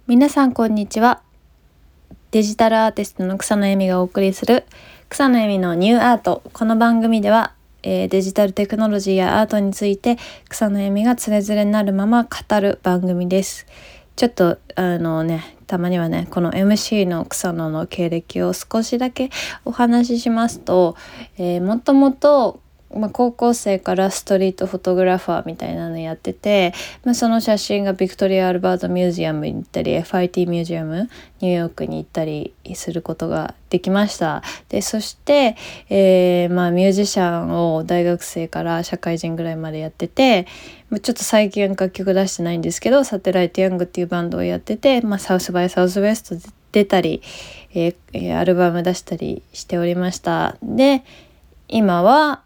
皆さんこんにちは。デジタルアーティストの草野恵美がお送りする草野恵美のニューアート。この番組では、デジタルテクノロジーやアートについて草野恵美がつれづれになるまま語る番組です。ちょっとたまにはね、この MC の草野の経歴を少しだけお話ししますと、もともと高校生からストリートフォトグラファーみたいなのやってて、その写真がビクトリア・アルバートミュージアムに行ったり FIT ミュージアムニューヨークに行ったりすることができました。でそして、ミュージシャンを大学生から社会人ぐらいまでやってて、ちょっと最近楽曲出してないんですけど、サテライト・ヤングっていうバンドをやってて、サウスバイ・サウスウェスト出たり、アルバム出したりしておりました。で今は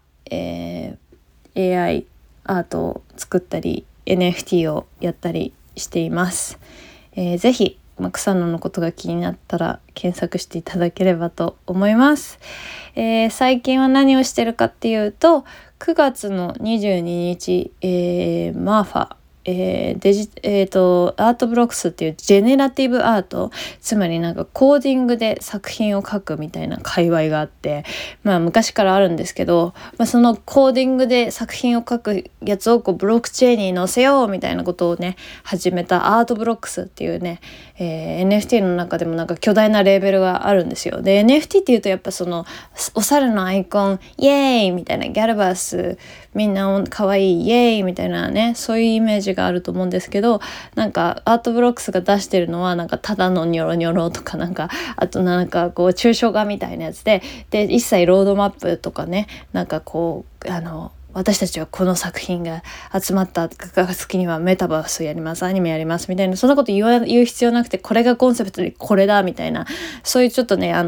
AI アートを作ったり NFT をやったりしています。ぜひ草野のことが気になったら検索していただければと思います。最近は何をしてるかっていうと、9月の22日、マーファアートブロックスっていうジェネラティブアート、つまりコーディングで作品を描くみたいな界隈があって、昔からあるんですけど、そのコーディングで作品を描くやつをブロックチェーンに載せようみたいなことをね始めたアートブロックスっていうね、NFT の中でも巨大なレーベルがあるんですよ。で NFT っていうとやっぱそのお猿のアイコンイエーイみたいな、ギャルバースみんな可愛いイエーイみたいなね、そういうイメージがあると思うんですけど、アートブロックスが出してるのはただのニョロニョロとかあと抽象画みたいなやつで一切ロードマップとかね私たちはこの作品が集まった月にはメタバースやります、アニメやりますみたいな、そんなこと言う必要なくて、これがコンセプトでこれだみたいな、そういうちょっとね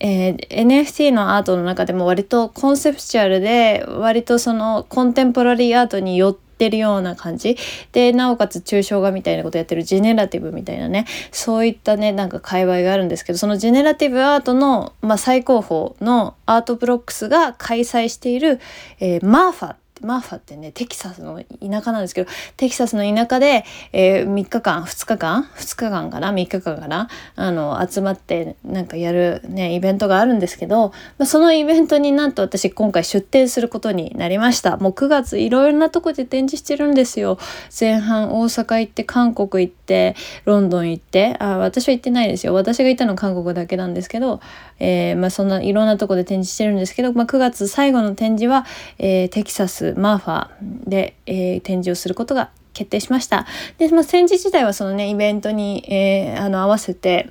NFT のアートの中でも割とコンセプチュアルで、割とそのコンテンポラリーアートによってるような感じで、なおかつ抽象画みたいなことやってるジェネラティブみたいなね、そういったね界隈があるんですけど、そのジェネラティブアートの、最高峰のアートブロックスが開催している、マーファってねテキサスの田舎なんですけど、テキサスの田舎で、3日間かな3日間かな集まってやるねイベントがあるんですけど、そのイベントになんと私今回出展することになりました。もう9月いろいろなとこで展示してるんですよ。前半大阪行って、韓国行って、ロンドン行って、私は行ってないですよ。私が行ったのは韓国だけなんですけど、そんないろんなとこで展示してるんですけど、9月最後の展示は、テキサスマーファーで、展示をすることが決定しました。で、展示自体はそのねイベントに、合わせて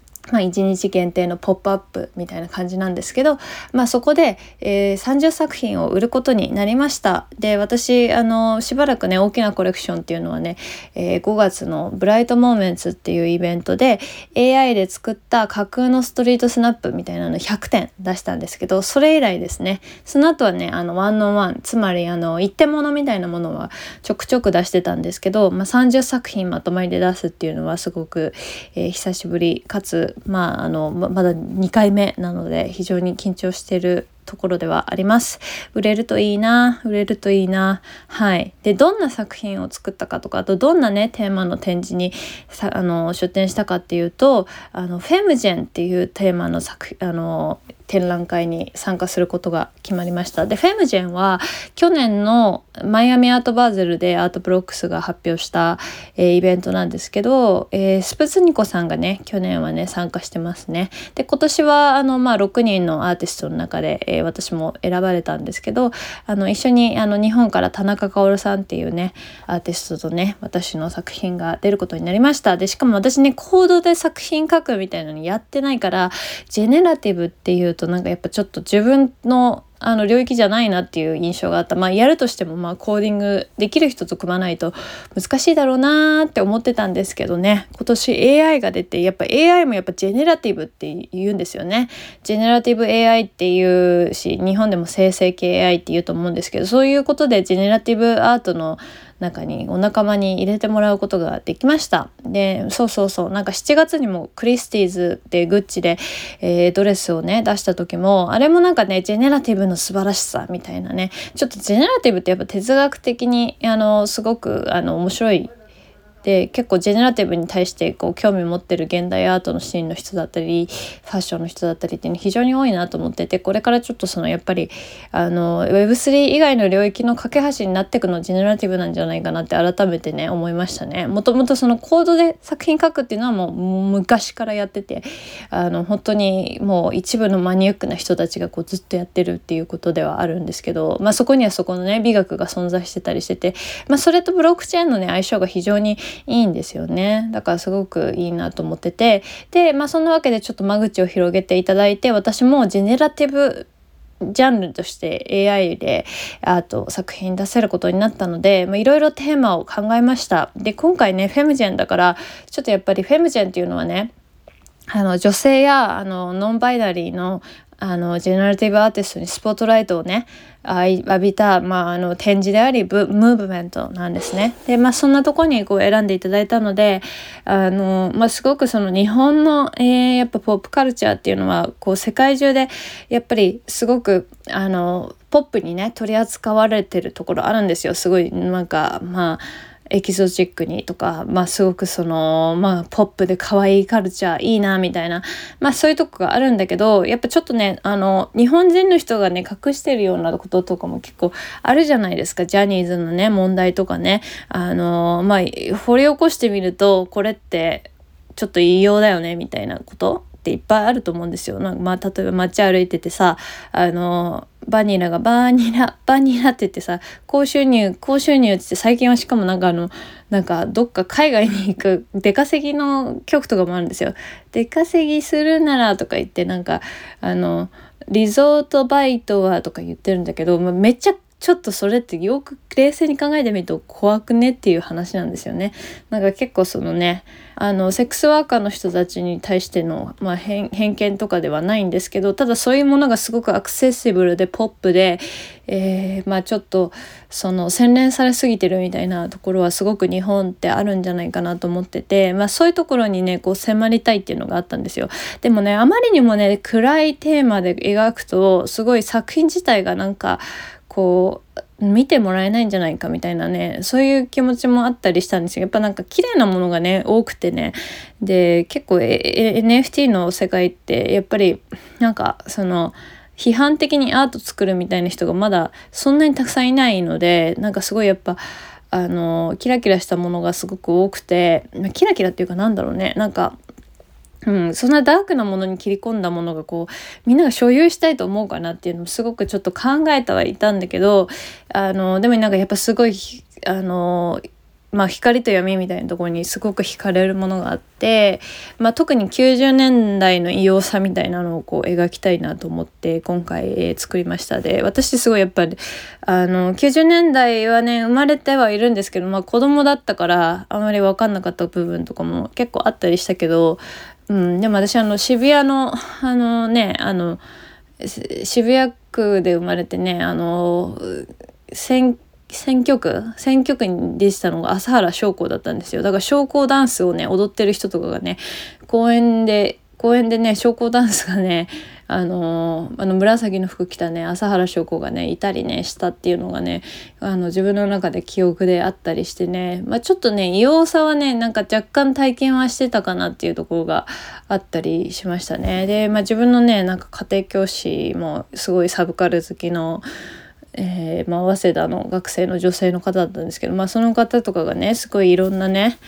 1日限定のポップアップみたいな感じなんですけど、そこで、30作品を売ることになりました。で私しばらくね大きなコレクションっていうのはね、5月のブライトモーメンツっていうイベントで AI で作った架空のストリートスナップみたいなの100点出したんですけど、それ以来ですね。その後はねワンオンワン、つまり一点物みたいなものはちょくちょく出してたんですけど、30作品まとまりで出すっていうのはすごく、久しぶりかつまだ2回目なので非常に緊張しているところではあります。売れるといいな。はい。でどんな作品を作ったかとか、あとどんなねテーマの展示に出展したかっていうと、フェムジェンっていうテーマの展覧会に参加することが決まりました。でフェムジェンは去年のマイアミアートバーゼルでアートブロックスが発表した、イベントなんですけど、スプツニコさんがね去年はね参加してますね。で今年は6人のアーティストの中で、私も選ばれたんですけど、一緒に日本から田中薫さんっていうねアーティストとね私の作品が出ることになりました。でしかも私ねコードで作品書くみたいなのやってないから、ジェネラティブっていうとやっぱちょっと自分の領域じゃないなっていう印象があった。やるとしてもコーディングできる人と組まないと難しいだろうなって思ってたんですけどね、今年 AI が出て、やっぱ AI もやっぱジェネラティブって言うんですよね。ジェネラティブ AI っていうし、日本でも生成系 AI って言うと思うんですけど、そういうことでジェネラティブアートの中にお仲間に入れてもらうことができました。でそう7月にもクリスティーズでグッチで、ドレスをね出した時も、あれもジェネラティブの素晴らしさみたいなね、ちょっとジェネラティブってやっぱ哲学的にすごく面白いで結構ジェネラティブに対してこう興味を持ってる現代アートのシーンの人だったりファッションの人だったりっていうの非常に多いなと思ってて、これからちょっとやっぱりWeb3 以外の領域の架け橋になっていくのジェネラティブなんじゃないかなって改めてね思いましたね。もともとコードで作品書くっていうのはもう昔からやってて、本当にもう一部のマニアックな人たちがこうずっとやってるっていうことではあるんですけど、そこにはそこのね美学が存在してたりしてて、それとブロックチェーンのね相性が非常にいいんですよね。だからすごくいいなと思ってて、でそんなわけでちょっと間口を広げていただいて、私もジェネラティブジャンルとして AI でアート作品出せることになったので、いろいろテーマを考えました。で今回ねフェムジェンだからちょっとやっぱりフェムジェンっていうのはね女性やノンバイナリーのジェネラティブアーティストにスポットライトをね浴びた、展示でありムーブメントなんですね。でそんなとこにこう選んでいただいたので、すごく日本の、やっぱポップカルチャーっていうのはこう世界中でやっぱりすごくポップにね取り扱われてるところあるんですよ。すごいエキゾチックにとか、すごくポップで可愛いカルチャーいいなみたいな、そういうとこがあるんだけど、やっぱちょっとね日本人の人がね隠してるようなこととかも結構あるじゃないですか。ジャニーズのね問題とかね掘り起こしてみるとこれってちょっと言いようだよねみたいなことっていっぱいあると思うんですよ。例えば街歩いててさバニラがバニラって言ってさ高収入って最近はしかもなんかどっか海外に行く出稼ぎの曲とかもあるんですよ。出稼ぎするならとか言ってリゾートバイトはとか言ってるんだけど、めっちゃちょっとそれってよく冷静に考えてみると怖くねっていう話なんですよね。結構セックスワーカーの人たちに対しての、偏見とかではないんですけど、ただそういうものがすごくアクセシブルでポップで、ちょっと洗練されすぎてるみたいなところはすごく日本ってあるんじゃないかなと思ってて、そういうところにねこう迫りたいっていうのがあったんですよ。でもねあまりにもね暗いテーマで描くとすごい作品自体がこう見てもらえないんじゃないかみたいなね、そういう気持ちもあったりしたんですよ。やっぱ綺麗なものがね多くてね、で結構、NFT の世界ってやっぱり批判的にアート作るみたいな人がまだそんなにたくさんいないので、すごいやっぱキラキラしたものがすごく多くて、キラキラっていうかそんなダークなものに切り込んだものがこうみんなが所有したいと思うかなっていうのもすごくちょっと考えてはいたんだけど、でもやっぱすごい光と闇みたいなところにすごく惹かれるものがあって、特に90年代の異様さみたいなのをこう描きたいなと思って今回、作りました。で私すごいやっぱり90年代はね生まれてはいるんですけど、子供だったからあまり分かんなかった部分とかも結構あったりしたけど、でも私渋谷の渋谷区で生まれてね選挙区に出てたのが朝原将校だったんですよ。だから将校ダンスをね踊ってる人とかがね公園でね将校ダンスがね紫の服着たね朝原将校がねいたりねしたっていうのがね自分の中で記憶であったりしてね、ちょっとね異様さはね若干体験はしてたかなっていうところがあったりしましたね。で自分のね家庭教師もすごいサブカル好きの早稲田の学生の女性の方だったんですけど、その方とかがねすごいいろんなね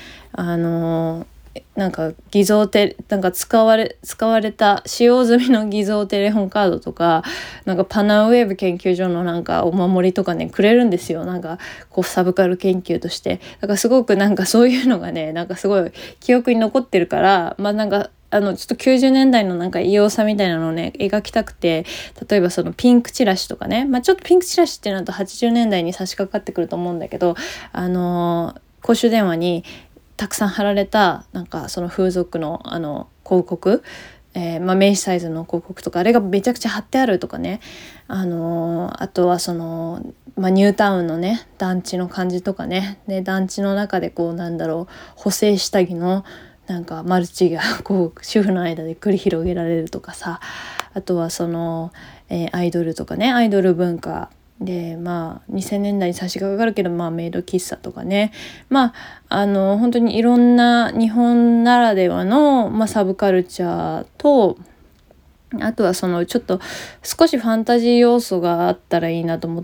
偽造使われた使用済みの偽造テレホンカードとかパナウェーブ研究所のお守りとかねくれるんですよ。こうサブカル研究として。すごくそういうのがねすごい記憶に残ってるから、ちょっと90年代の異様さみたいなのをね描きたくて、例えばピンクチラシとかね、ちょっとピンクチラシってなると80年代に差し掛かってくると思うんだけど、公衆電話にたくさん貼られたその風俗の広告、名刺サイズの広告とかあれがめちゃくちゃ貼ってあるとかね、あとはニュータウンのね団地の感じとかね、で団地の中で補正下着のマルチがこう主婦の間で繰り広げられるとかさ、あとはアイドルとかねアイドル文化で2000年代に差し掛かるけどメイド喫茶とかね、本当にいろんな日本ならではの、サブカルチャーと、あとはちょっと少しファンタジー要素があったらいいなと思って、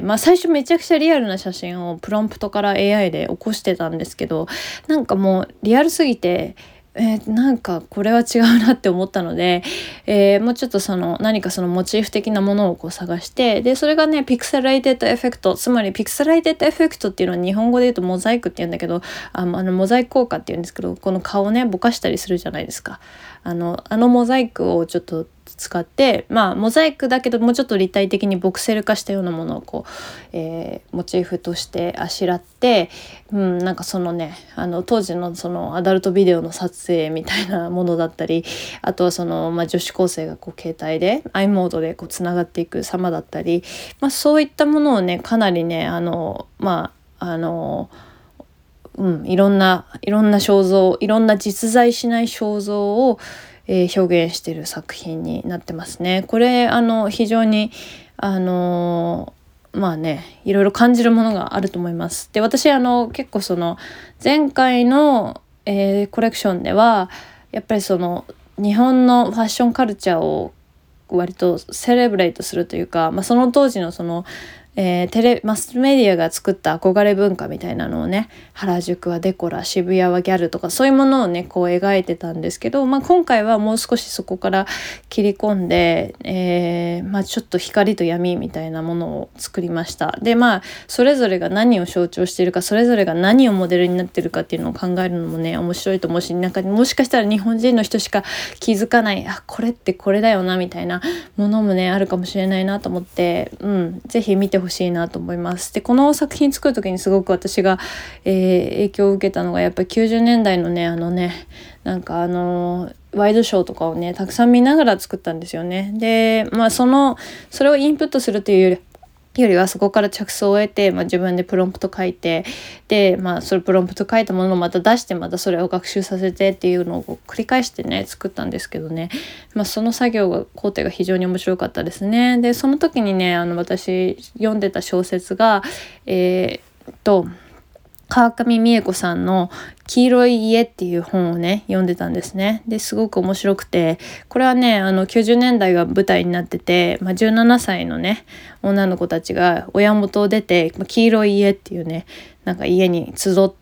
最初めちゃくちゃリアルな写真をプロンプトから AI で起こしてたんですけど、なんかもうリアルすぎてなんかこれは違うなって思ったので、もうちょっと何かモチーフ的なものを探して、でそれがねピクセライテッドエフェクト、つまりピクセライテッドエフェクトっていうのは日本語で言うとモザイクって言うんだけど、モザイク効果って言うんですけど、この顔ねぼかしたりするじゃないですか。あのモザイクをちょっと使って、モザイクだけどもうちょっと立体的にボクセル化したようなものをモチーフとしてあしらって、なんか当時のアダルトビデオの撮影みたいなものだったり、あとは女子高生が携帯で i モードでつながっていく様だったり、そういったものをねかなりねいろんな肖像、いろんな実在しない肖像を、表現している作品になってますね。これ非常にいろいろ感じるものがあると思います。で私結構前回の、コレクションではやっぱり日本のファッションカルチャーを割とセレブレイトするというか、その当時のマスメディアが作った憧れ文化みたいなのをね、原宿はデコラ、渋谷はギャルとかそういうものをね描いてたんですけど、今回はもう少しそこから切り込んで、ちょっと光と闇みたいなものを作りました。でそれぞれが何を象徴しているか、それぞれが何をモデルになっているかっていうのを考えるのもね面白いと思うし、もしかしたら日本人の人しか気づかない、これってこれだよなみたいなものもねあるかもしれないなと思って、ぜひ見てほしいなと思います。でこの作品作る時にすごく私が、影響を受けたのがやっぱり90年代のねワイドショーとかをねたくさん見ながら作ったんですよね。でそれをインプットするというよりはそこから着想を得て、自分でプロンプト書いて、でそれプロンプト書いたものをまた出して、またそれを学習させてっていうのを繰り返してね作ったんですけどね、その工程が非常に面白かったですね。でその時にね私読んでた小説が川上美恵子さんの黄色い家っていう本をね読んでたんですね。ですごく面白くて、これはね90年代が舞台になってて、17歳のね女の子たちが親元を出て、黄色い家っていうね家に集って、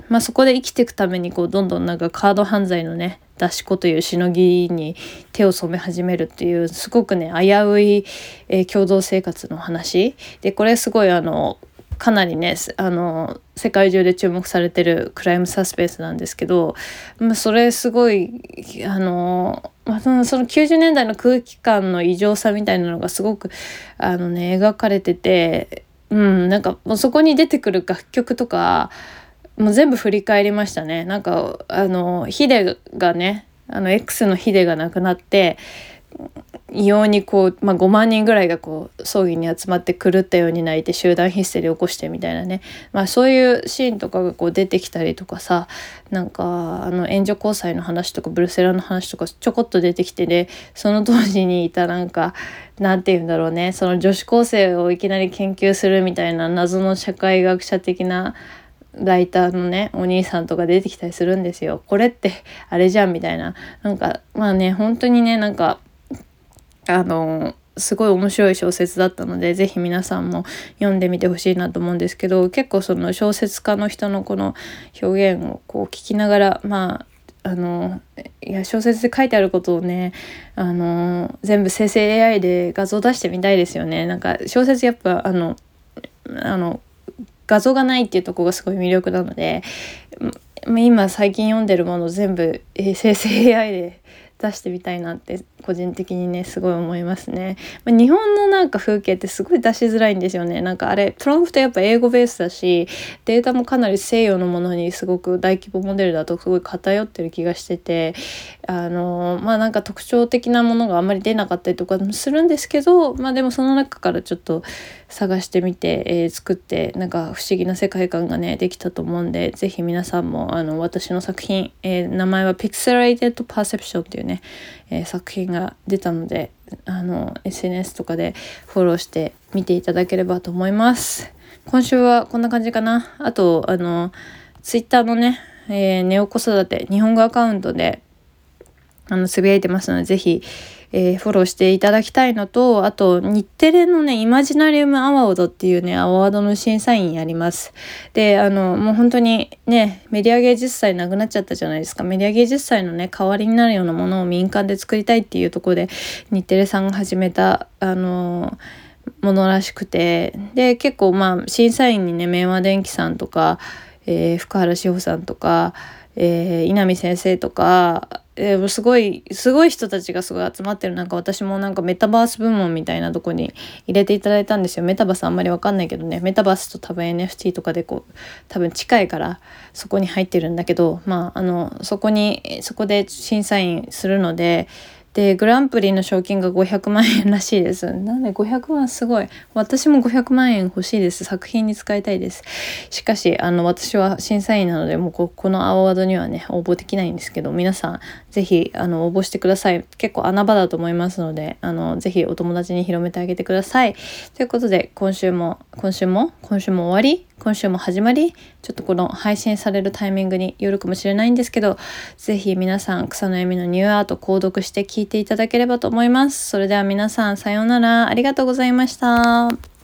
そこで生きていくためにどんどんカード犯罪のね出し子というしのぎに手を染め始めるっていうすごくね危うい、共同生活の話で、これすごいかなりね世界中で注目されてるクライムサスペンスなんですけど、それすごいその90年代の空気感の異常さみたいなのがすごく描かれてて、もうそこに出てくる楽曲とかもう全部振り返りましたね。ヒデがねX のヒデが亡くなって異様に5万人ぐらいが葬儀に集まって狂ったように泣いて集団ヒステリーを起こしてみたいなね、そういうシーンとかが出てきたりとかさ、援助交際の話とかブルセラの話とかちょこっと出てきてね、その当時にいたなんて言うんだろうね、その女子高生をいきなり研究するみたいな謎の社会学者的なライターのねお兄さんとか出てきたりするんですよ。これってあれじゃんみたいな、本当にねすごい面白い小説だったので、ぜひ皆さんも読んでみてほしいなと思うんですけど、結構小説家の人のこの表現を聞きながら小説で書いてあることをね全部生成 AI で画像出してみたいですよね。小説やっぱ画像がないっていうところがすごい魅力なので、今最近読んでるもの全部生成 AI で出してみたいなって個人的にねすごい思いますね。日本の風景ってすごい出しづらいんですよね。あれプロンプトやっぱ英語ベースだし、データもかなり西洋のものにすごく大規模モデルだとすごい偏ってる気がしてて、特徴的なものがあんまり出なかったりとかするんですけど、でもその中からちょっと探してみて、作って不思議な世界観がねできたと思うんで、ぜひ皆さんも私の作品、名前は Pixelated Perception っていうね、作品信が出たので、SNS とかでフォローして見ていただければと思います。今週はこんな感じかな。あとツイッターのね、ネオ子育て日本語アカウントでつぶやいてますので、ぜひ、フォローしていただきたいのと、あと日テレのねイマジナリウムアワードっていうねアワードの審査員やります。でもう本当にねメディア芸術祭なくなっちゃったじゃないですか。メディア芸術祭のね代わりになるようなものを民間で作りたいっていうところで日テレさんが始めたものらしくて、で結構審査員にね明和電機さんとか、福原志保さんとか、稲見先生とか、すごい人たちがすごい集まってる中、私もなんかメタバース部門みたいなとこに入れていただいたんですよ。メタバースあんまりわかんないけどね、メタバースと多分 NFT とかで多分近いからそこに入ってるんだけど、そこで審査員するので、グランプリの賞金が500万円らしいです。なんで500万すごい。私も500万円欲しいです。作品に使いたいです。しかし私は審査員なのでもうこのアワードにはね応募できないんですけど、皆さんぜひ応募してください。結構穴場だと思いますのでぜひお友達に広めてあげてください。ということで今週も終わり、今週も始まり、ちょっとこの配信されるタイミングによるかもしれないんですけど、ぜひ皆さん草野恵美のニューアート購読して聞いていただければと思います。それでは皆さんさようなら。ありがとうございました。